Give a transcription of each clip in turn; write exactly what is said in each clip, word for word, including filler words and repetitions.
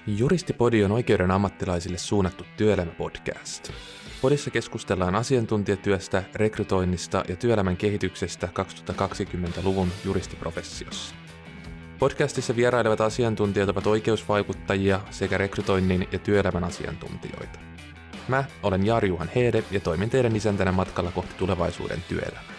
Juristipodi on oikeuden ammattilaisille suunnattu työelämäpodcast. Podissa keskustellaan asiantuntijatyöstä, rekrytoinnista ja työelämän kehityksestä kaksituhattakaksikymmentäluvun juristiprofessiossa. Podcastissa vierailevat asiantuntijat ovat oikeusvaikuttajia sekä rekrytoinnin ja työelämän asiantuntijoita. Mä olen Jari-Juhan Heede ja toimin teidän isäntänä matkalla kohti tulevaisuuden työelämää.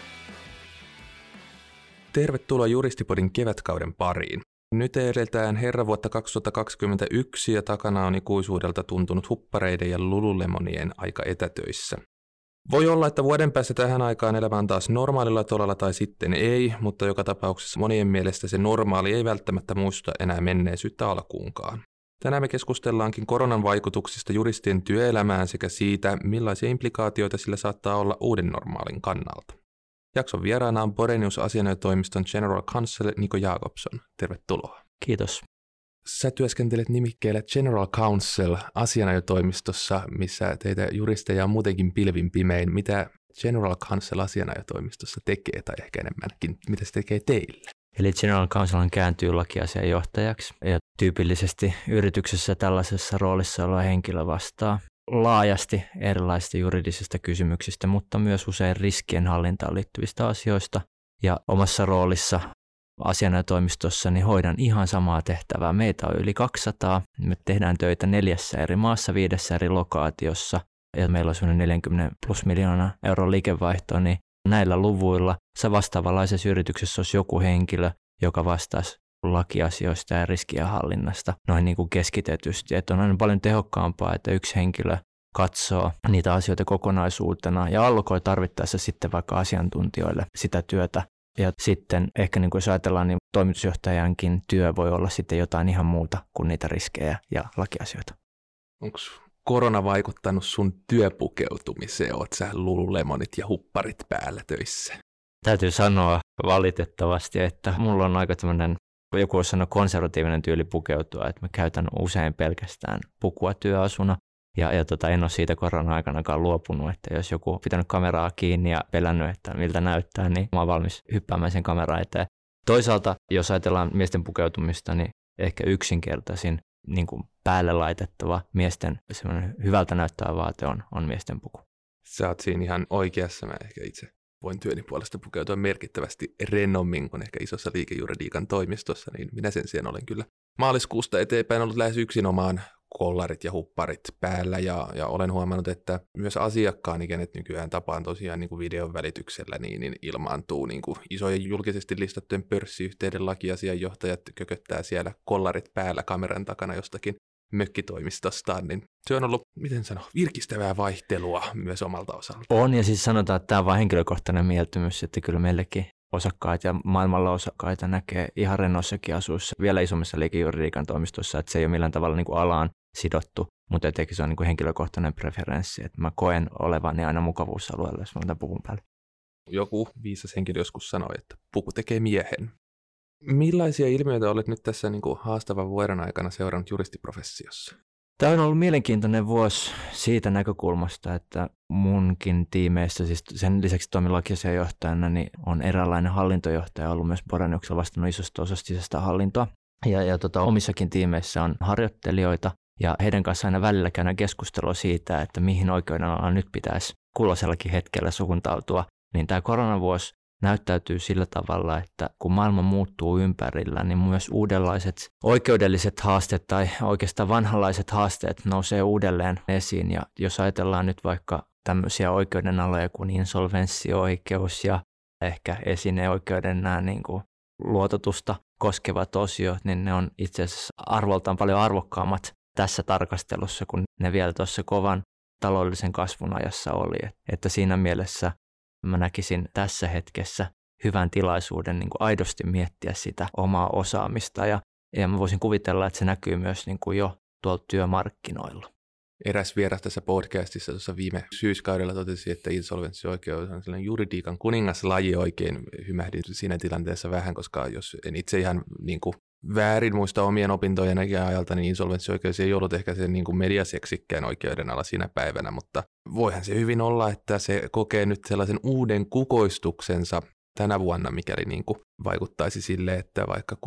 Tervetuloa Juristipodin kevätkauden pariin. Nyt eletään herravuotta kaksituhattakaksikymmentäyksi ja takana on ikuisuudelta tuntunut huppareiden ja lululemonien aika etätöissä. Voi olla, että vuoden päästä tähän aikaan elämä on taas normaalilla tolalla tai sitten ei, mutta joka tapauksessa monien mielestä se normaali ei välttämättä muista enää menneisyyttä alkuunkaan. Tänään me keskustellaankin koronan vaikutuksista juristien työelämään sekä siitä, millaisia implikaatioita sillä saattaa olla uuden normaalin kannalta. Jakson vieraana on Borenius-asianajotoimiston General Counsel Niko Jakobson. Tervetuloa. Kiitos. Sä työskentelet nimikkeellä General Counsel asianajotoimistossa, missä teitä juristeja on muutenkin pilvin pimein. Mitä General Counsel asianajotoimistossa tekee, tai ehkä enemmänkin, mitä se tekee teille? Eli General Counsel kääntyy lakiasianjohtajaksi, ja tyypillisesti yrityksessä tällaisessa roolissa oleva henkilö vastaa laajasti erilaisista juridisista kysymyksistä, mutta myös usein riskien hallintaan liittyvistä asioista. Ja omassa roolissa asianajotoimistossa niin hoidan ihan samaa tehtävää. Meitä on yli kaksisataa. Me tehdään töitä neljässä eri maassa, viidessä eri lokaatiossa. Ja meillä on semmoinen neljäkymmentä plus miljoonaa euron liikevaihto, niin näillä luvuilla se vastaavanlaisessa yrityksessä olisi joku henkilö, joka vastaisi lakiasioista ja riskien hallinnasta noin niin kuin keskitetysti. Että on aina paljon tehokkaampaa, että yksi henkilö katsoo niitä asioita kokonaisuutena ja allokoi tarvittaessa sitten vaikka asiantuntijoille sitä työtä. Ja sitten ehkä niin kuin jos ajatellaan, niin toimitusjohtajankin työ voi olla sitten jotain ihan muuta kuin niitä riskejä ja lakiasioita. Onko korona vaikuttanut sun työpukeutumiseen? Oot sä lululemonit ja hupparit päällä töissä? Täytyy sanoa valitettavasti, että mulla on aika tämmöinen, joku voisi sanoa konservatiivinen tyyli pukeutua, että mä käytän usein pelkästään pukua työasuna. Ja, ja tota, en ole siitä korona-aikanakaan luopunut, että jos joku on pitänyt kameraa kiinni ja pelännyt, että miltä näyttää, niin mä oon valmis hyppäämään sen kameran eteen. Toisaalta, jos ajatellaan miesten pukeutumista, niin ehkä yksinkertaisin niin kuin päälle laitettava miesten semmoinen hyvältä näyttävä vaate on, on miesten puku. Sä oot siinä ihan oikeassa. Mä ehkä itse voin työni puolesta pukeutua merkittävästi rennommin kuin ehkä isossa liikejuridiikan toimistossa, niin minä sen sijaan olen kyllä maaliskuusta eteenpäin ollut lähes yksinomaan kollarit ja hupparit päällä ja, ja olen huomannut, että myös asiakkaani, kenet nykyään tapaan tosiaan niin kuin videon välityksellä, niin, niin ilmaantuu niin kuin isojen julkisesti listattujen pörssiyhtiöiden lakiasianjohtajat kököttää siellä kollarit päällä kameran takana jostakin mökkitoimistostaan, niin se on ollut, miten sano, virkistävää vaihtelua myös omalta osalta. On, ja siis sanotaan, että tämä on vain henkilökohtainen mieltymys, että kyllä meillekin osakkaat ja maailmalla osakkaita näkee ihan rennossakin asuissa vielä isommissa liikejuridiikan toimistoissa, että se ei ole millään tavalla niin kuin alaan sidottu, mutta etenkin se on niin kuin henkilökohtainen preferenssi, että mä koen olevani aina mukavuusalueella, jos mä otan puvun päälle. Joku viisas henkilö joskus sanoi, että puku tekee miehen. Millaisia ilmiöitä olet nyt tässä niin kuin haastavan vuoden aikana seurannut juristiprofessiossa? Tämä on ollut mielenkiintoinen vuosi siitä näkökulmasta, että munkin tiimeissä, siis sen lisäksi toimin lakiasianjohtajana, niin on eräänlainen hallintojohtaja ollut myös Boreniuksella vastannut isosta osasta sisäistä hallintoa. Ja, ja tota, omissakin tiimeissä on harjoittelijoita ja heidän kanssa aina välillä käydään keskustelua siitä, että mihin oikeudenalaan nyt pitäisi kulloisellakin hetkellä suuntautua. Niin tämä koronavuosi näyttäytyy sillä tavalla, että kun maailma muuttuu ympärillä, niin myös uudenlaiset oikeudelliset haasteet tai oikeastaan vanhanlaiset haasteet nousee uudelleen esiin. Ja jos ajatellaan nyt vaikka tämmöisiä oikeudenaloja kuin insolvenssioikeus ja ehkä esineoikeuden nämä niin kuin luototusta koskevat osiot, niin ne on itse asiassa arvoltaan paljon arvokkaammat tässä tarkastelussa, kun ne vielä tuossa kovan taloudellisen kasvun ajassa oli. Että siinä mielessä mä näkisin tässä hetkessä hyvän tilaisuuden niin kuin aidosti miettiä sitä omaa osaamista ja, ja mä voisin kuvitella, että se näkyy myös niin kuin jo tuolta työmarkkinoilla. Eräs vieras tässä podcastissa tuossa viime syyskaudella totesi, että insolvenssioikeus on sellainen juridiikan kuningaslaji. Oikein hymähdin siinä tilanteessa vähän, koska jos en itse ihan niin kuin väärin muista omien opintojen ajalta, niin insolvenssioikeus ei ollut ehkä se niin kuin mediaseksikkään oikeudenala siinä päivänä, mutta voihan se hyvin olla, että se kokee nyt sellaisen uuden kukoistuksensa tänä vuonna, mikäli niin kuin vaikuttaisi sille, että vaikka kun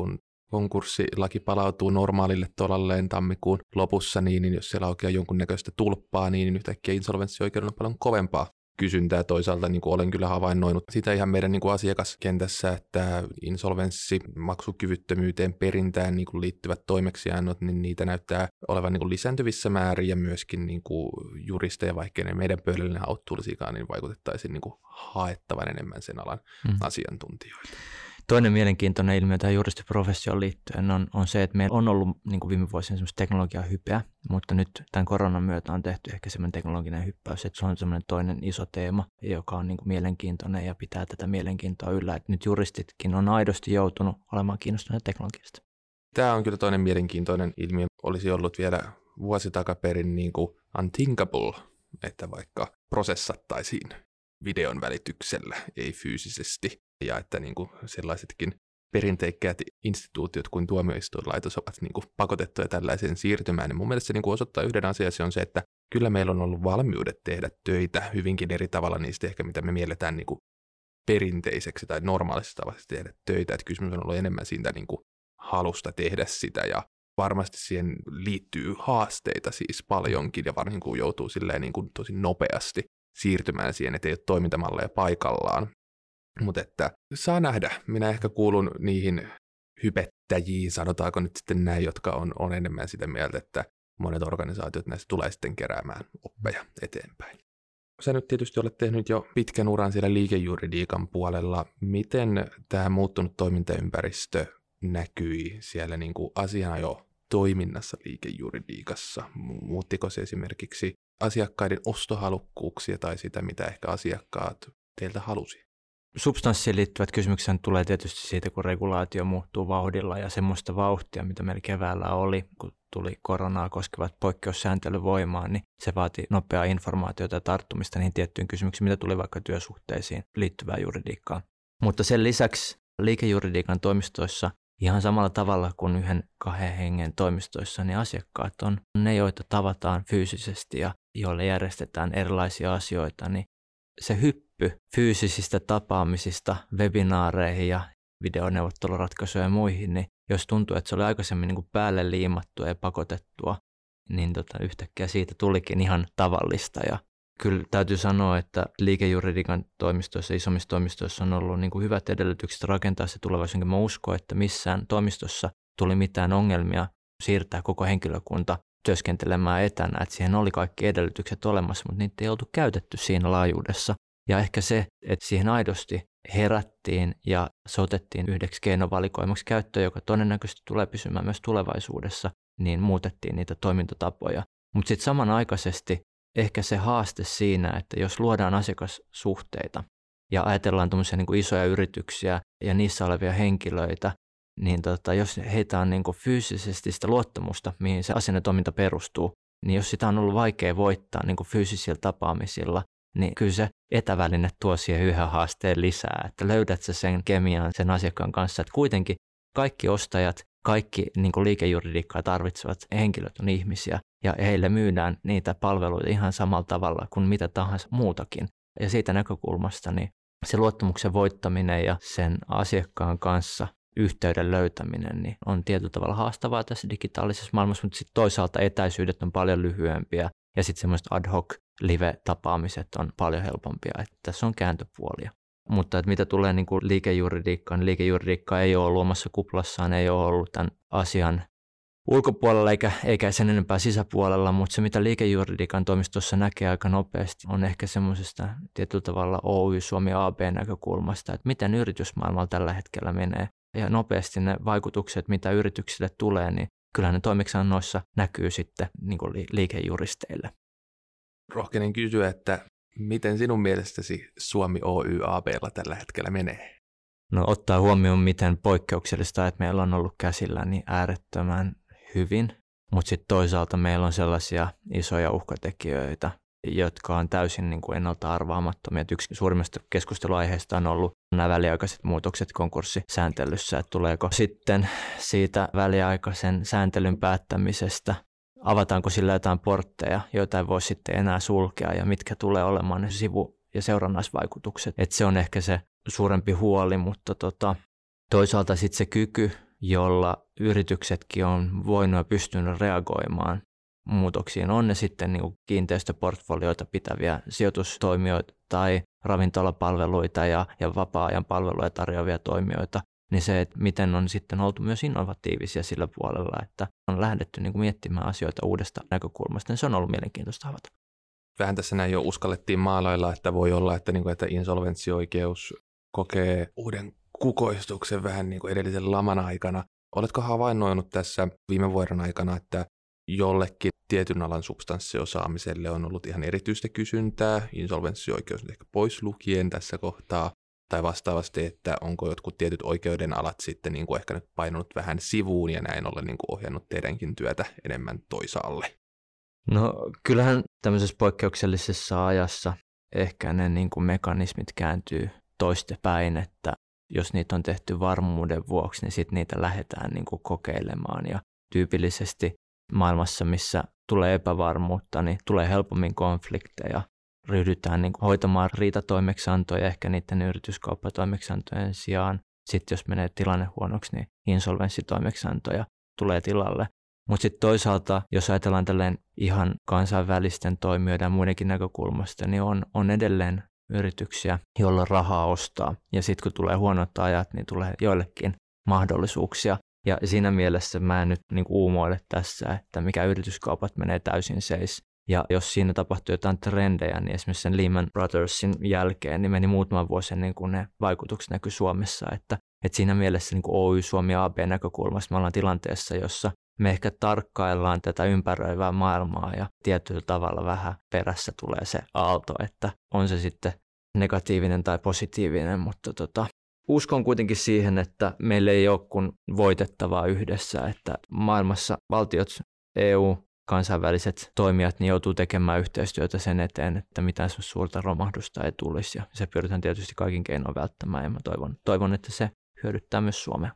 konkurssilaki palautuu normaalille tolalleen tammikuun lopussa, niin, niin jos siellä aukeaa jonkunnäköistä tulppaa, niin yhtäkkiä insolvenssioikeudella on paljon kovempaa kysyntää. Toisaalta niin kuin olen kyllä havainnoinut sitä ihan meidän niin kuin asiakaskentässä, että insolvenssi, maksukyvyttömyyteen, perintään niin kuin liittyvät toimeksiannot, niin niitä näyttää olevan niin kuin lisääntyvissä määrin ja myöskin niin kuin juristeja, vaikkei ne meidän pöydällinen hauttuulisikaan, niin vaikutettaisiin niin kuin haettavan enemmän sen alan mm. asiantuntijoita. Toinen mielenkiintoinen ilmiö tähän juristiprofessioon liittyen on, on se, että meillä on ollut niin kuin viime vuosina semmoista teknologian hypeä, mutta nyt tämän koronan myötä on tehty ehkä semmoinen teknologinen hyppäys, että se on semmoinen toinen iso teema, joka on niin kuin mielenkiintoinen ja pitää tätä mielenkiintoa yllä, että nyt juristitkin on aidosti joutunut olemaan kiinnostuneita teknologiasta. Tämä on kyllä toinen mielenkiintoinen ilmiö. Olisi ollut vielä vuosi takaperin niin kuin unthinkable, että vaikka prosessattaisiin videon välityksellä, ei fyysisesti. Ja että niin kuin sellaisetkin perinteikkäät instituutiot kuin tuomioistuinlaitos ovat niin kuin pakotettuja tällaiseen siirtymään. Ja mun mielestä se niin kuin osoittaa yhden asian, se on se, että kyllä meillä on ollut valmiudet tehdä töitä hyvinkin eri tavalla niistä ehkä, mitä me mielletään niin kuin perinteiseksi tai normaalisesti tavasti tehdä töitä. Että kysymys on ollut enemmän siitä niin kuin halusta tehdä sitä ja varmasti siihen liittyy haasteita siis paljonkin ja varsinkin kun joutuu silleen niin kuin tosi nopeasti siirtymään siihen, että ei ole toimintamalleja paikallaan. Mutta että saa nähdä. Minä ehkä kuulun niihin hypettäjiin, sanotaanko nyt sitten näin, jotka on, on enemmän sitä mieltä, että monet organisaatiot näistä tulee sitten keräämään oppeja eteenpäin. Sä nyt tietysti olet tehnyt jo pitkän uran siellä liikejuridiikan puolella. Miten tämä muuttunut toimintaympäristö näkyi siellä niin kuin asiana jo toiminnassa liikejuridiikassa? Muuttiko se esimerkiksi asiakkaiden ostohalukkuuksia tai sitä, mitä ehkä asiakkaat teiltä halusi? Substanssiin liittyvät kysymykset tulee tietysti siitä, kun regulaatio muuttuu vauhdilla ja semmoista vauhtia, mitä meillä keväällä oli, kun tuli koronaa koskevat poikkeussääntely voimaan, niin se vaati nopeaa informaatiota ja tarttumista niihin tiettyihin kysymyksiin, mitä tuli vaikka työsuhteisiin liittyvää juridiikkaa. Mutta sen lisäksi liikejuridiikan toimistoissa ihan samalla tavalla kuin yhden kahden hengen toimistoissa, niin asiakkaat on ne, joita tavataan fyysisesti ja joille järjestetään erilaisia asioita, niin se hyppy fyysisistä tapaamisista webinaareihin ja videoneuvotteluratkaisuja ja muihin, niin jos tuntuu, että se oli aikaisemmin niin kuin päälle liimattua ja pakotettua, niin tota, yhtäkkiä siitä tulikin ihan tavallista. Ja kyllä täytyy sanoa, että liikejuridiikan toimistoissa, isommissa toimistoissa on ollut niin kuin hyvät edellytykset rakentaa se tulevaisuuden. Mä uskon, että missään toimistossa tuli mitään ongelmia siirtää koko henkilökunta työskentelemään etänä, että siihen oli kaikki edellytykset olemassa, mutta niitä ei oltu käytetty siinä laajuudessa. Ja ehkä se, että siihen aidosti herättiin ja se otettiin yhdeksi keinovalikoimaksi käyttöön, joka todennäköisesti tulee pysymään myös tulevaisuudessa, niin muutettiin niitä toimintatapoja. Mutta sitten samanaikaisesti ehkä se haaste siinä, että jos luodaan asiakassuhteita ja ajatellaan tuommoisia niin kuin isoja yrityksiä ja niissä olevia henkilöitä, niin tota, jos heitä on niin kuin fyysisesti sitä luottamusta, mihin se asiantoiminta perustuu, niin jos sitä on ollut vaikea voittaa niin kuin fyysisillä tapaamisilla, niin kyllä se etäväline tuo siihen yhden haasteen lisää, että löydät sä sen kemian sen asiakkaan kanssa, että kuitenkin kaikki ostajat, kaikki niin kuin liikejuridiikkaa tarvitsevat henkilöt on ihmisiä ja heille myydään niitä palveluita ihan samalla tavalla kuin mitä tahansa muutakin. Ja siitä näkökulmasta niin se luottamuksen voittaminen ja sen asiakkaan kanssa yhteyden löytäminen niin on tietyllä tavalla haastavaa tässä digitaalisessa maailmassa, mutta sitten toisaalta etäisyydet on paljon lyhyempiä ja sitten semmoiset ad hoc live-tapaamiset on paljon helpompia, että tässä on kääntöpuolia. Mutta että mitä tulee niin kuin liikejuridiikkaan, niin liikejuridiikka ei ole luomassa kuplassaan, ei ole ollut tämän asian ulkopuolella eikä, eikä sen enempää sisäpuolella, mutta se mitä liikejuridiikan toimistossa näkee aika nopeasti on ehkä semmoisesta tietyllä tavalla Oy Suomi A B-näkökulmasta, että miten yritysmaailmalla tällä hetkellä menee ja nopeasti ne vaikutukset, mitä yrityksille tulee, niin kyllähän ne toimeksiannoissa näkyy sitten niin kuin liikejuristeille. Rohkenen kysyä, että miten sinun mielestäsi Suomi Oy A B:lla tällä hetkellä menee? No ottaa huomioon, miten poikkeuksellista, että meillä on ollut käsillä niin äärettömän hyvin, mutta sitten toisaalta meillä on sellaisia isoja uhkatekijöitä, jotka on täysin niin kuin ennalta arvaamattomia. Et yksi suurimmista keskusteluaiheista on ollut nämä väliaikaiset muutokset konkurssisääntelyssä, että tuleeko sitten siitä väliaikaisen sääntelyn päättämisestä, avataanko sillä jotain portteja, joita ei voi sitten enää sulkea ja mitkä tulee olemaan ne sivu- ja seurannaisvaikutukset. Et se on ehkä se suurempi huoli, mutta tota, toisaalta sitten se kyky jolla yrityksetkin on voinut ja pystynyt reagoimaan muutoksiin. On ne sitten niin kuin kiinteistöportfolioita pitäviä sijoitustoimijoita tai ravintolapalveluita ja, ja vapaa-ajan palveluja tarjoavia toimijoita, niin se, että miten on sitten oltu myös innovatiivisia sillä puolella, että on lähdetty niin kuin miettimään asioita uudesta näkökulmasta, niin se on ollut mielenkiintoista havaita. Vähän tässä näin jo uskallettiin maalailla, että voi olla, että, niin kuin, että insolvenssioikeus kokee uuden kukoistuksen vähän niin kuin edellisen laman aikana. Oletko havainnoinut tässä viime vuoden aikana, että jollekin tietyn alan substanssiosaamiselle on ollut ihan erityistä kysyntää, insolvenssioikeus nyt ehkä pois lukien tässä kohtaa, tai vastaavasti, että onko jotkut tietyt oikeudenalat sitten niin kuin ehkä nyt painunut vähän sivuun ja näin ollen niin kuin ohjannut teidänkin työtä enemmän toisaalle? No kyllähän tämmöisessä poikkeuksellisessa ajassa ehkä ne niin kuin mekanismit kääntyy toistepäin, että jos niitä on tehty varmuuden vuoksi, niin sitten niitä lähdetään niin kuin kokeilemaan ja tyypillisesti maailmassa, missä tulee epävarmuutta, niin tulee helpommin konflikteja. Ryhdytään niin kuin hoitamaan riitatoimeksiantoja ehkä niiden yrityskauppatoimeksiantojen sijaan. Sitten jos menee tilanne huonoksi, niin insolvenssitoimeksiantoja tulee tilalle. Mutta sitten toisaalta, jos ajatellaan tälleen ihan kansainvälisten toimijoiden ja muidenkin näkökulmasta, niin on, on edelleen yrityksiä, joilla rahaa ostaa. Ja sitten kun tulee huonot ajat, niin tulee joillekin mahdollisuuksia. Ja siinä mielessä mä en nyt niin kuin uumoile tässä, että mikä yrityskaupat menee täysin seis. Ja jos siinä tapahtuu jotain trendejä, niin esimerkiksi sen Lehman Brothersin jälkeen, niin meni muutaman vuosen niin kuin ne vaikutukset näkyy Suomessa. Että, että siinä mielessä niin kuin Oy Suomi A B-näkökulmasta me ollaan tilanteessa, jossa me ehkä tarkkaillaan tätä ympäröivää maailmaa ja tietyllä tavalla vähän perässä tulee se aalto, että on se sitten negatiivinen tai positiivinen, mutta tota, uskon kuitenkin siihen, että meillä ei ole kuin voitettavaa yhdessä, että maailmassa valtiot, E U, kansainväliset toimijat niin joutuu tekemään yhteistyötä sen eteen, että mitään suurta romahdusta ei tulisi. Ja se pyritään tietysti kaikin keinoin välttämään ja mä toivon, toivon, että se hyödyttää myös Suomea.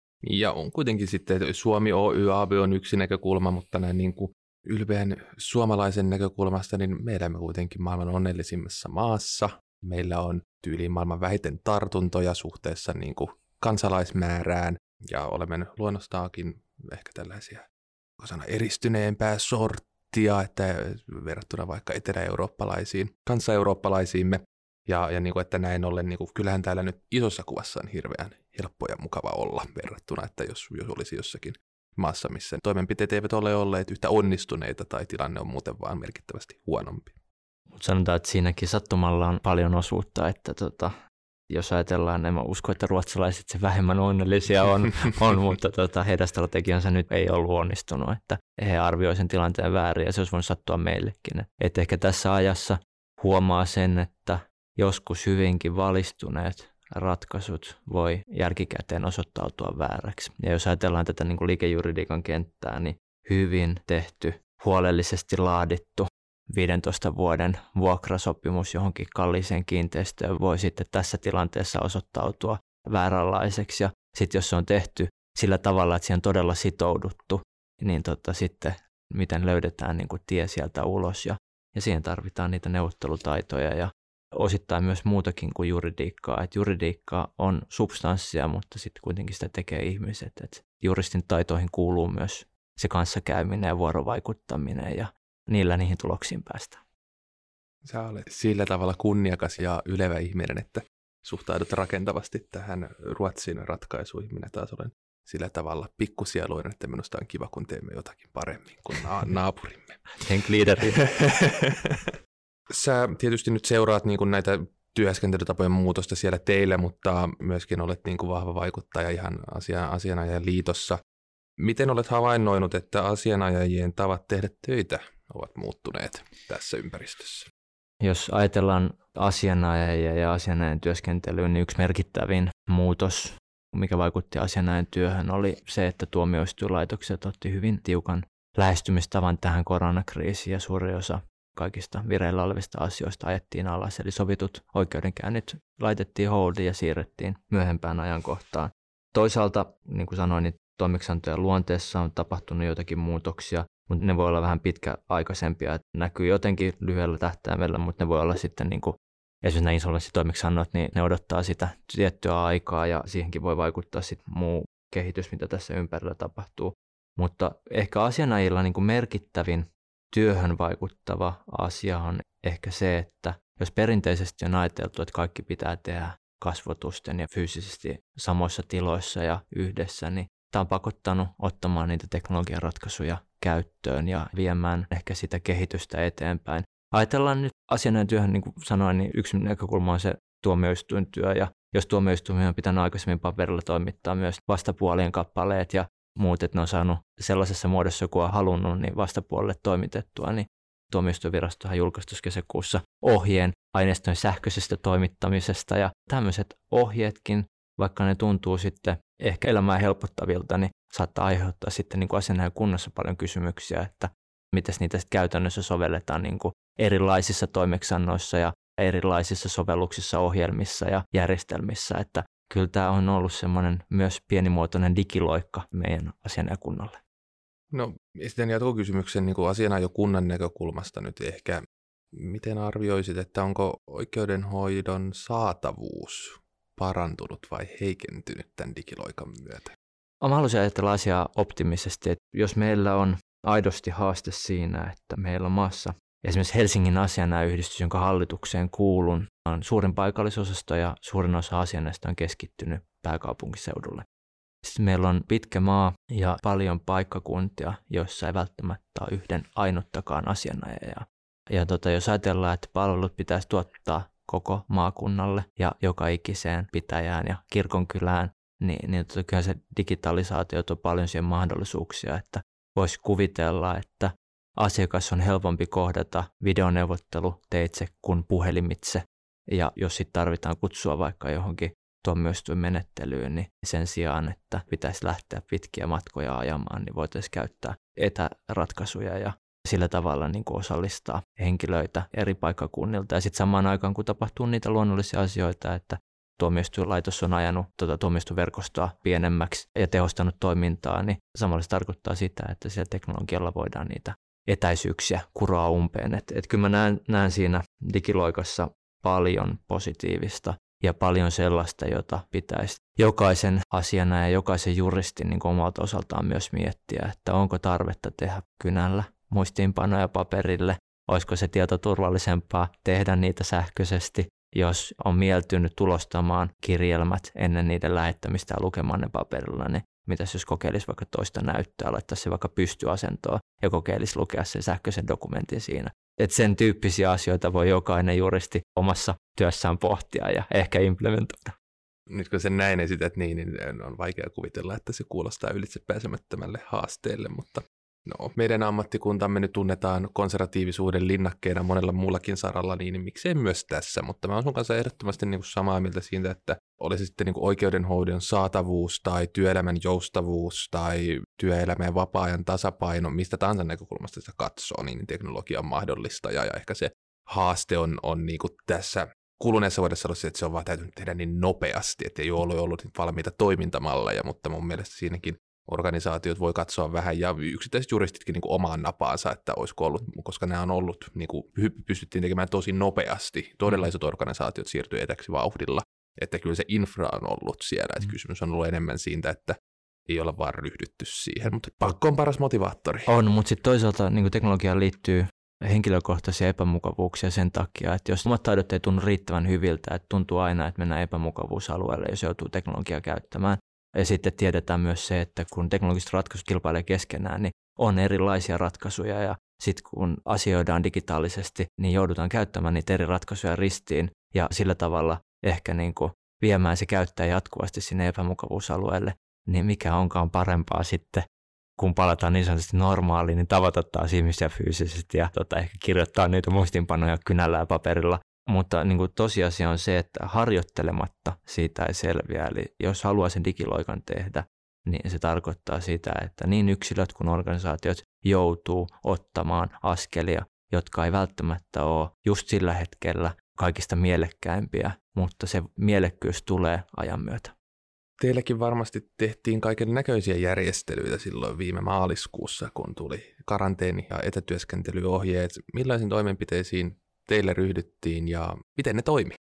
Ja on kuitenkin sitten, että Suomi Oy A B on yksi näkökulma, mutta näin niin kuin ylpeän suomalaisen näkökulmasta, niin me elämme kuitenkin maailman onnellisimmassa maassa. Meillä on tyyliin maailman vähiten tartuntoja suhteessa niin kuin kansalaismäärään ja olemme luonnostaakin ehkä tällaisia osana eristyneempää sorttia, että verrattuna vaikka etelä-eurooppalaisiin, kanssa-eurooppalaisiimme. Ja, ja niin kuin, että näin ollen, niin kuin, kyllähän täällä nyt isossa kuvassa on hirveän helppo ja mukava olla verrattuna, että jos, jos olisi jossakin maassa, missä toimenpiteet eivät ole olleet yhtä onnistuneita tai tilanne on muuten vaan merkittävästi huonompi. Mutta sanotaan, että siinäkin sattumalla on paljon osuutta, että tota, jos ajatellaan, en mä usko, että ruotsalaiset se vähemmän onnellisia on, on mutta tota, heidän strategiansa nyt ei ollut onnistunut, että he arvioivat sen tilanteen väärin ja se olisi voinut sattua meillekin. Että ehkä tässä ajassa huomaa sen, että joskus hyvinkin valistuneet ratkaisut voi jälkikäteen osoittautua vääräksi. Ja jos ajatellaan tätä niin kuin liikejuridiikan kenttää, niin hyvin tehty, huolellisesti laadittu viidentoista vuoden vuokrasopimus johonkin kalliiseen kiinteistöön voi sitten tässä tilanteessa osoittautua vääränlaiseksi. Ja sitten jos se on tehty sillä tavalla, että siihen on todella sitouduttu, niin tota, sitten miten löydetään niin kuin tie sieltä ulos. Ja, ja siihen tarvitaan niitä neuvottelutaitoja ja osittain myös muutakin kuin juridiikkaa. Et juridiikka on substanssia, mutta sitten kuitenkin sitä tekee ihmiset. Et juristin taitoihin kuuluu myös se kanssakäyminen ja vuorovaikuttaminen ja niillä niihin tuloksiin päästään. Sä olet sillä tavalla kunniakas ja ylevä ihminen, että suhtaudut rakentavasti tähän Ruotsin ratkaisuihin. Minä taas olen sillä tavalla pikkusieluinen, että minusta on kiva, kun teemme jotakin paremmin kuin na- naapurimme. Henkliideri. Sä tietysti nyt seuraat niin kuin näitä työskentelytapojen muutosta siellä teillä, mutta myöskin olet niin kuin vahva vaikuttaja ihan asia- asianajajan liitossa. Miten olet havainnoinut, että asianajajien tavat tehdä töitä ovat muuttuneet tässä ympäristössä? Jos ajatellaan asianajajia ja asianajajan työskentelyyn, niin yksi merkittävin muutos, mikä vaikutti asianajajan työhön, oli se, että tuomioistuinlaitokset otti hyvin tiukan lähestymistavan tähän koronakriisiin ja suuri osa kaikista vireillä olevista asioista ajettiin alas. Eli sovitut oikeudenkäynnit laitettiin holdiin ja siirrettiin myöhempään ajankohtaan. Toisaalta, niin kuin sanoin, niin toimeksiantojen luonteessa on tapahtunut jotakin muutoksia, mutta ne voi olla vähän pitkäaikaisempia. Että näkyy jotenkin lyhyellä tähtäimellä, mutta ne voi olla sitten niin kuin esimerkiksi nämä insolvenssitoimeksiannot, niin ne odottaa sitä tiettyä aikaa ja siihenkin voi vaikuttaa sitten muu kehitys, mitä tässä ympärillä tapahtuu. Mutta ehkä asianajilla niin kuin merkittävin työhön vaikuttava asia on ehkä se, että jos perinteisesti on ajateltu, että kaikki pitää tehdä kasvotusten ja fyysisesti samoissa tiloissa ja yhdessä, niin tämä on pakottanut ottamaan niitä teknologian ratkaisuja käyttöön ja viemään ehkä sitä kehitystä eteenpäin. Ajatellaan nyt asianajan työhön, niin kuin sanoin, niin yksi näkökulma on se tuomioistuintyö, ja jos tuomioistuimia on pitänyt aikaisemmin paperilla toimittaa myös vastapuolien kappaleet ja muut, että ne on saanut sellaisessa muodossa, kun on halunnut, niin vastapuolelle toimitettua, niin tuomioistuinvirastohan julkaistu kesäkuussa ohjeen aineiston sähköisestä toimittamisesta, ja tämmöiset ohjeetkin, vaikka ne tuntuu sitten ehkä elämää helpottavilta, niin saattaa aiheuttaa sitten niin kuin asianajan kunnassa paljon kysymyksiä, että miten niitä sitten käytännössä sovelletaan niin kuin erilaisissa toimeksiannoissa ja erilaisissa sovelluksissa, ohjelmissa ja järjestelmissä, että kyllä tämä on ollut semmoinen myös pienimuotoinen digiloikka meidän asianajakunnalle. No, sitten jatkokysymyksen niin kuin asianajokunnan näkökulmasta nyt ehkä, miten arvioisit, että onko oikeudenhoidon saatavuus parantunut vai heikentynyt tämän digiloikan myötä? Mä haluaisin ajatella asiaa optimisesti, että jos meillä on aidosti haaste siinä, että meillä on maassa esimerkiksi Helsingin asianajayhdistys, jonka hallitukseen kuulun, on suurin paikallisosasto ja suurin osa asianajista on keskittynyt pääkaupunkiseudulle. Sitten meillä on pitkä maa ja paljon paikkakuntia, joissa ei välttämättä ole yhden ainuttakaan asianajajaa. Ja tota, jos ajatellaan, että palvelut pitäisi tuottaa koko maakunnalle ja joka ikiseen pitäjään ja kirkonkylään, niin, niin tota, kyllä se digitalisaatio tuo paljon siihen mahdollisuuksia, että voisi kuvitella, että asiakas on helpompi kohdata videoneuvottelu teitse kuin puhelimitse. Ja jos sitten tarvitaan kutsua vaikka johonkin tuomioistuinmenettelyyn, niin sen sijaan, että pitäisi lähteä pitkiä matkoja ajamaan, niin voitaisiin käyttää etäratkaisuja ja sillä tavalla niin kuin osallistaa henkilöitä eri paikkakunnilta. Ja sitten samaan aikaan, kun tapahtuu niitä luonnollisia asioita, että tuomioistuinlaitos on ajanut tuota tuomioistuinverkostoa pienemmäksi ja tehostanut toimintaa, niin samalla se tarkoittaa sitä, että siellä teknologialla voidaan niitä etäisyyksiä kuroa umpeen. Et, et kyllä mä näen, näen siinä digiloikassa paljon positiivista ja paljon sellaista, jota pitäisi jokaisen asiana ja jokaisen juristin niin omalta osaltaan myös miettiä, että onko tarvetta tehdä kynällä muistiinpanoja paperille, olisiko se tieto turvallisempaa tehdä niitä sähköisesti, jos on mieltynyt tulostamaan kirjelmät ennen niiden lähettämistä ja lukemaan ne paperilla, niin mitäs jos kokeilisi vaikka toista näyttöä, laittaisi se vaikka pystyasentoon ja kokeilisi lukea sen sähköisen dokumentin siinä. Että sen tyyppisiä asioita voi jokainen juristi omassa työssään pohtia ja ehkä implementoida. Nyt kun sen näin esität niin, niin on vaikea kuvitella, että se kuulostaa ylitsepääsemättömälle haasteelle, mutta no, meidän ammattikuntamme nyt tunnetaan konservatiivisuuden linnakkeena monella muullakin saralla, niin miksei myös tässä, mutta mä oon sun kanssa ehdottomasti niin kuin samaa mieltä siitä, että olisi sitten niin kuin oikeudenhoidon saatavuus tai työelämän joustavuus tai työelämän vapaa-ajan tasapaino, mistä tahansa näkökulmasta sitä katsoo, niin teknologia on mahdollista ja, ja ehkä se haaste on, on niin kuin tässä kuluneessa vuodessa ollut se, että se on vaan täytynyt tehdä niin nopeasti, että ei ole ollut valmiita toimintamalleja, mutta mun mielestä siinäkin organisaatiot voi katsoa vähän ja yksittäiset juristitkin niin kuin omaan napaansa, että olisiko ollut, koska nämä on ollut, niin kuin pystyttiin tekemään tosi nopeasti. Todella isot organisaatiot siirtyy etäksi vauhdilla, että kyllä se infra on ollut siellä, että kysymys on ollut enemmän siitä, että ei olla vaan ryhdytty siihen, mutta pakko on paras motivaattori. On, mutta sitten toisaalta niin kuin teknologiaan liittyy henkilökohtaisia epämukavuuksia sen takia, että jos omat taidot ei tunnu riittävän hyviltä, että tuntuu aina, että mennään epämukavuusalueelle, jos joutuu teknologiaa käyttämään. Ja sitten tiedetään myös se, että kun teknologiset ratkaisut kilpailee keskenään, niin on erilaisia ratkaisuja ja sitten kun asioidaan digitaalisesti, niin joudutaan käyttämään niitä eri ratkaisuja ristiin ja sillä tavalla ehkä niin kuin viemään se käyttäjä jatkuvasti sinne epämukavuusalueelle, niin mikä onkaan parempaa sitten, kun palataan niin sanotusti normaaliin, niin tavata taas ihmisiä fyysisesti ja tota, ehkä kirjoittaa niitä muistinpanoja kynällä ja paperilla. Mutta niin kuin tosiasia on se, että harjoittelematta siitä ei selviä. Eli jos haluaa sen digiloikan tehdä, niin se tarkoittaa sitä, että niin yksilöt kuin organisaatiot joutuu ottamaan askelia, jotka ei välttämättä ole just sillä hetkellä kaikista mielekkäimpiä, mutta se mielekkyys tulee ajan myötä. Teilläkin varmasti tehtiin kaiken näköisiä järjestelyitä silloin viime maaliskuussa, kun tuli karanteeni- ja etätyöskentelyohjeet. Millaisiin toimenpiteisiin teille ryhdyttiin ja miten ne toimi?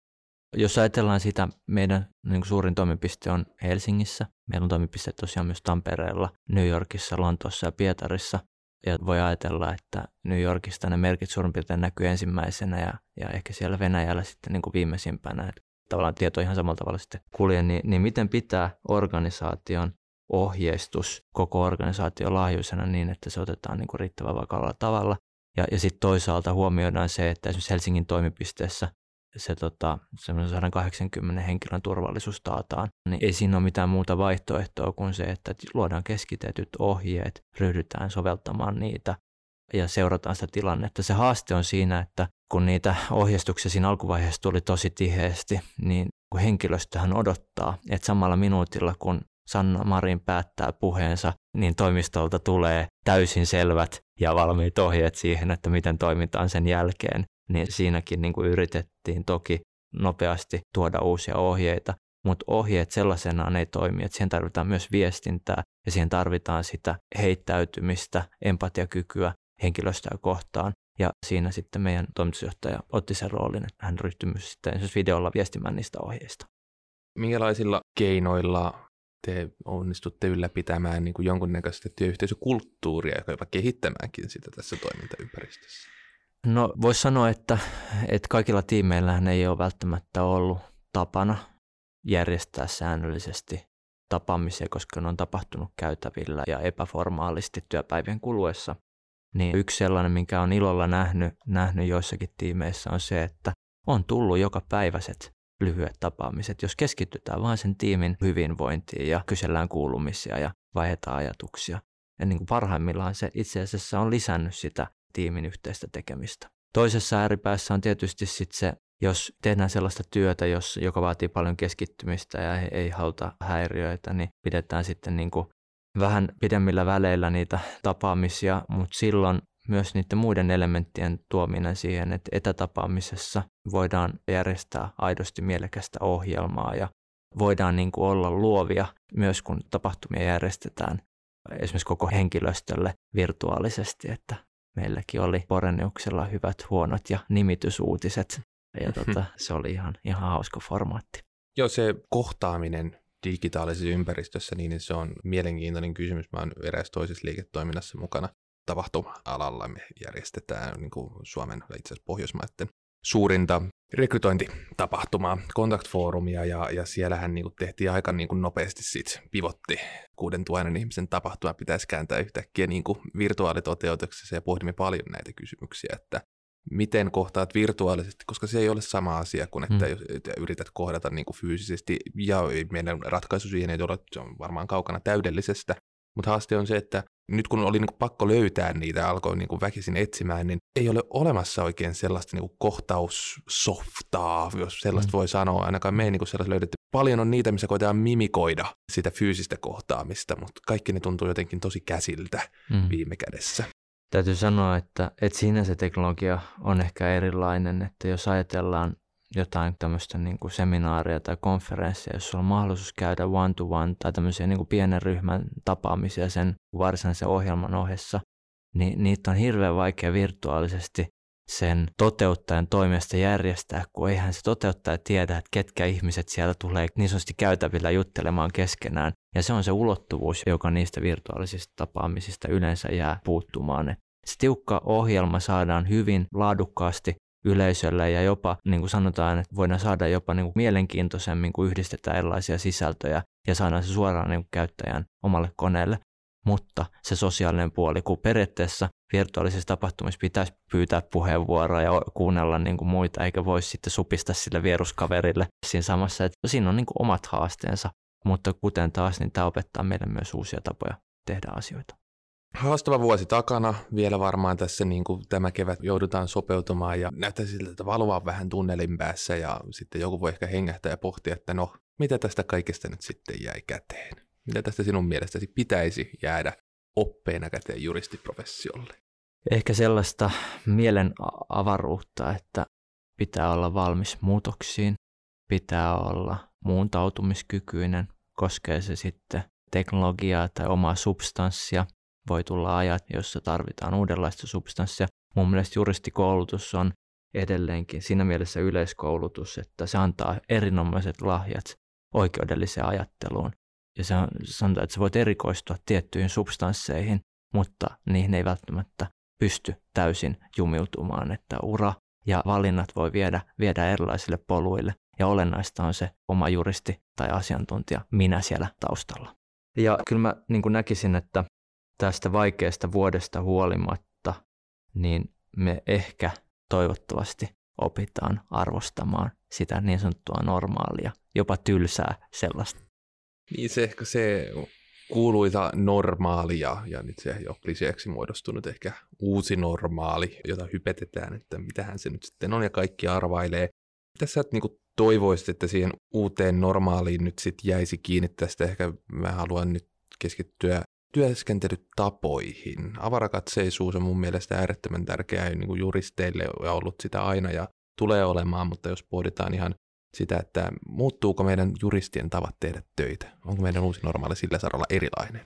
Jos ajatellaan sitä, meidän niin kuin suurin toimipiste on Helsingissä. Meillä on toimipiste tosiaan myös Tampereella, New Yorkissa, Lontoossa ja Pietarissa. Ja voi ajatella, että New Yorkista ne merkit suurin piirtein näkyy ensimmäisenä ja, ja ehkä siellä Venäjällä sitten niin kuin viimeisimpänä. Että tavallaan tieto ihan samalla tavalla sitten kulje. Niin, niin miten pitää organisaation ohjeistus koko organisaation laajuisena niin, että se otetaan niin kuin riittävän vakavalla tavalla. Ja, ja sitten toisaalta huomioidaan se, että esimerkiksi Helsingin toimipisteessä se tota, sata kahdeksankymmentä henkilön turvallisuus taataan, niin ei siinä ole mitään muuta vaihtoehtoa kuin se, että luodaan keskitetyt ohjeet, ryhdytään soveltamaan niitä ja seurataan sitä tilannetta. Se haaste on siinä, että kun niitä ohjeistuksia siinä alkuvaiheessa tuli tosi tiheästi, niin kun henkilöstöhän odottaa, että samalla minuutilla kun Sanna Marin päättää puheensa, niin toimistolta tulee täysin selvät ja valmiit ohjeet siihen, että miten toimitaan sen jälkeen. Niin siinäkin niin kuin yritettiin toki nopeasti tuoda uusia ohjeita, mutta ohjeet sellaisenaan ei toimi, että siihen tarvitaan myös viestintää ja siihen tarvitaan sitä heittäytymistä, empatiakykyä henkilöstöä kohtaan. Ja siinä sitten meidän toimitusjohtaja otti sen roolin, että hän ryhtyi myös sitten esimerkiksi videolla viestimään niistä ohjeista. Minkälaisilla keinoilla te onnistutte ylläpitämään niin kuin jonkunnäköistä työyhteisökulttuuria, joka jopa kehittämäänkin sitä tässä toimintaympäristössä? No voisi sanoa, että, että kaikilla tiimeillähän ei ole välttämättä ollut tapana järjestää säännöllisesti tapaamisia, koska ne on tapahtunut käytävillä ja epäformaalisti työpäivien kuluessa. Niin yksi sellainen, minkä on ilolla nähnyt, nähnyt joissakin tiimeissä, on se, että on tullut joka päiväiset lyhyet tapaamiset, jos keskitytään vain sen tiimin hyvinvointiin ja kysellään kuulumisia ja vaihdetaan ajatuksia. Ja niin kuin parhaimmillaan se itse asiassa on lisännyt sitä tiimin yhteistä tekemistä. Toisessa ääripäässä on tietysti sit se, jos tehdään sellaista työtä, jos, joka vaatii paljon keskittymistä ja ei, ei haluta häiriöitä, niin pidetään sitten niin kuin vähän pidemmillä väleillä niitä tapaamisia, mutta silloin myös niiden muiden elementtien tuominen siihen, että etätapaamisessa voidaan järjestää aidosti mielekästä ohjelmaa ja voidaan niin kuin olla luovia myös kun tapahtumia järjestetään esimerkiksi koko henkilöstölle virtuaalisesti, että meilläkin oli Boreniuksella hyvät, huonot ja nimitysuutiset ja tota, se oli ihan, ihan hauska formaatti. Joo, se kohtaaminen digitaalisessa ympäristössä, niin se on mielenkiintoinen kysymys. Mä oon eräs toisessa liiketoiminnassa mukana. Tapahtuma-alalla me järjestetään niin kuin Suomen, itse asiassa Pohjoismaiden suurinta rekrytointitapahtumaa, kontaktfoorumia, ja, ja siellähän niin kuin tehtiin aika niin kuin nopeasti sit pivotti. kuudentuhannen ihmisen tapahtuma pitäisi kääntää yhtäkkiä niin kuin virtuaalitoteutuksessa, ja pohdimme paljon näitä kysymyksiä, että miten kohtaat virtuaalisesti, koska se ei ole sama asia kuin, että mm. jos yrität kohdata niin kuin fyysisesti, ja meidän ratkaisu siihen ei ole, se on varmaan kaukana täydellisestä, mutta haaste on se, että nyt kun oli niin kuin pakko löytää niitä, alkoi niin kuin väkisin etsimään, niin ei ole olemassa oikein sellaista niin kuin kohtaussoftaa, jos sellaista mm. voi sanoa. Ainakaan me ei niin kuin sellaista löydetty. Paljon on niitä, missä koetaan mimikoida sitä fyysistä kohtaamista, mutta kaikki ne tuntuu jotenkin tosi käsiltä mm. viime kädessä. Täytyy sanoa, että, että siinä se teknologia on ehkä erilainen, että jos ajatellaan jotain tämmöistä niin kuin seminaaria tai konferenssia, jos on mahdollisuus käydä one-to-one tai tämmöisiä niin kuin pienen ryhmän tapaamisia sen varsinaisen ohjelman ohessa, niin niitä on hirveän vaikea virtuaalisesti sen toteuttajan toimesta järjestää, kun eihän se toteuttaja tiedä, että ketkä ihmiset siellä tulee niin sanotusti käytävillä juttelemaan keskenään. Ja se on se ulottuvuus, joka niistä virtuaalisista tapaamisista yleensä jää puuttumaan. Se tiukka ohjelma saadaan hyvin laadukkaasti yleisölle ja jopa, niin kuin sanotaan, että voidaan saada jopa niin kuin mielenkiintoisemmin, kun yhdistetään erilaisia sisältöjä ja saadaan se suoraan niin kuin käyttäjän omalle koneelle. Mutta se sosiaalinen puoli, kun periaatteessa virtuaalisessa tapahtumissa pitäisi pyytää puheenvuoroa ja kuunnella niin kuin muita, eikä voisi sitten supistaa sille vieruskaverille siinä samassa. Että siinä on niin kuin omat haasteensa, mutta kuten taas, niin tämä opettaa meille myös uusia tapoja tehdä asioita. Haastava vuosi takana, vielä varmaan tässä niin kuin tämä kevät joudutaan sopeutumaan ja näyttää siltä, että valoa on vähän tunnelin päässä ja sitten joku voi ehkä hengähtää ja pohtia, että no, mitä tästä kaikesta nyt sitten jäi käteen? Mitä tästä sinun mielestäsi pitäisi jäädä oppeena käteen juristiprofessiolle? Ehkä sellaista mielen avaruutta, että pitää olla valmis muutoksiin, pitää olla muuntautumiskykyinen, koskee se sitten teknologiaa tai omaa substanssia. Voi tulla ajat, jossa tarvitaan uudenlaista substanssia. Mun mielestä juristikoulutus on edelleenkin siinä mielessä yleiskoulutus, että se antaa erinomaiset lahjat oikeudelliseen ajatteluun. Ja se on, sanotaan, että sä voit erikoistua tiettyihin substansseihin, mutta niihin ei välttämättä pysty täysin jumiutumaan, että ura ja valinnat voi viedä, viedä erilaisille poluille. Ja olennaista on se oma juristi tai asiantuntija minä siellä taustalla. Ja kyllä mä niin kuin näkisin, että tästä vaikeasta vuodesta huolimatta, niin me ehkä toivottavasti opitaan arvostamaan sitä niin sanottua normaalia, jopa tylsää sellaista. Niin se ehkä se kuuluisa normaalia ja nyt se jo kliseeksi muodostunut ehkä uusi normaali, jota hypetetään, että mitähän se nyt sitten on ja kaikki arvailee. Mitä sä niin kuin toivoisit, että siihen uuteen normaaliin nyt sitten jäisi kiinni tästä? Ehkä mä haluan nyt keskittyä työskentelytapoihin. Avarakatseisuus on mun mielestä äärettömän tärkeää niin kuin juristeille ja ollut sitä aina ja tulee olemaan, mutta jos pohditaan ihan sitä, että muuttuuko meidän juristien tavat tehdä töitä? Onko meidän uusi normaali sillä saralla erilainen?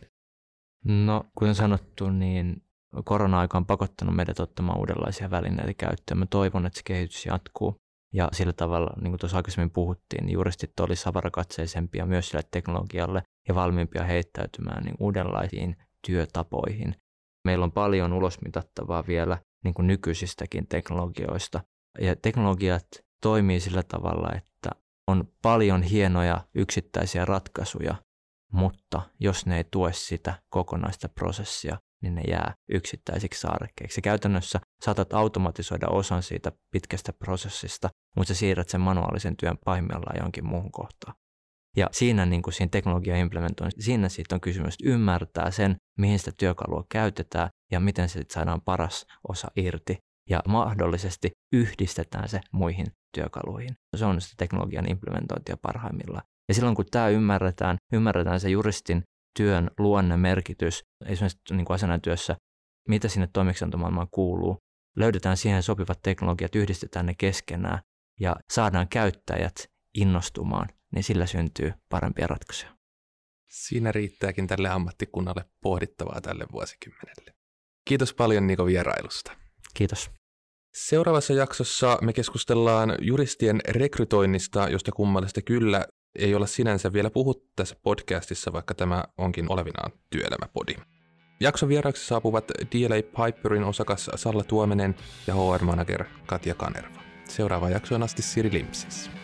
No, kuten sanottu, niin korona-aika on pakottanut meidät ottamaan uudenlaisia välineitä käyttöön. Mä toivon, että se kehitys jatkuu. Ja sillä tavalla, niin kuin tuossa aikaisemmin puhuttiin, niin juristit olisivat avarakatseisempia myös sille teknologialle ja valmiimpia heittäytymään niin uudenlaisiin työtapoihin. Meillä on paljon ulosmitattavaa vielä niin kuin nykyisistäkin teknologioista. Ja teknologiat toimii sillä tavalla, että on paljon hienoja yksittäisiä ratkaisuja, mutta jos ne ei tue sitä kokonaista prosessia, niin ne jää yksittäisiksi saarekkeiksi. Käytännössä saatat automatisoida osan siitä pitkästä prosessista, mutta sä siirrät sen manuaalisen työn pahimmillaan jonkin muuhun kohtaan. Ja siinä, niin kuin siinä teknologian implementoinnissa, siinä siitä on kysymys, että ymmärtää sen, mihin sitä työkalua käytetään ja miten se saadaan paras osa irti. Ja mahdollisesti yhdistetään se muihin työkaluihin. Se on sitä teknologian implementointia parhaimmillaan. Ja silloin kun tämä ymmärretään, ymmärretään se juristin työn luonne merkitys, esimerkiksi niin kuin asianajajatyössä, mitä sinne toimeksiantomaailmaan kuuluu, löydetään siihen sopivat teknologiat, yhdistetään ne keskenään ja saadaan käyttäjät innostumaan, niin sillä syntyy parempia ratkaisuja. Siinä riittääkin tälle ammattikunnalle pohdittavaa tälle vuosikymmenelle. Kiitos paljon Niko vierailusta. Kiitos. Seuraavassa jaksossa me keskustellaan juristien rekrytoinnista, josta kummallista kyllä ei olla sinänsä vielä puhuttu tässä podcastissa, vaikka tämä onkin olevinaan työelämäpodi. Jakson vieraaksi saapuvat D L A Piperin osakas Salla Tuominen ja H R-manager Katja Kanerva. Seuraavaan jaksoon asti Siri Limpsis.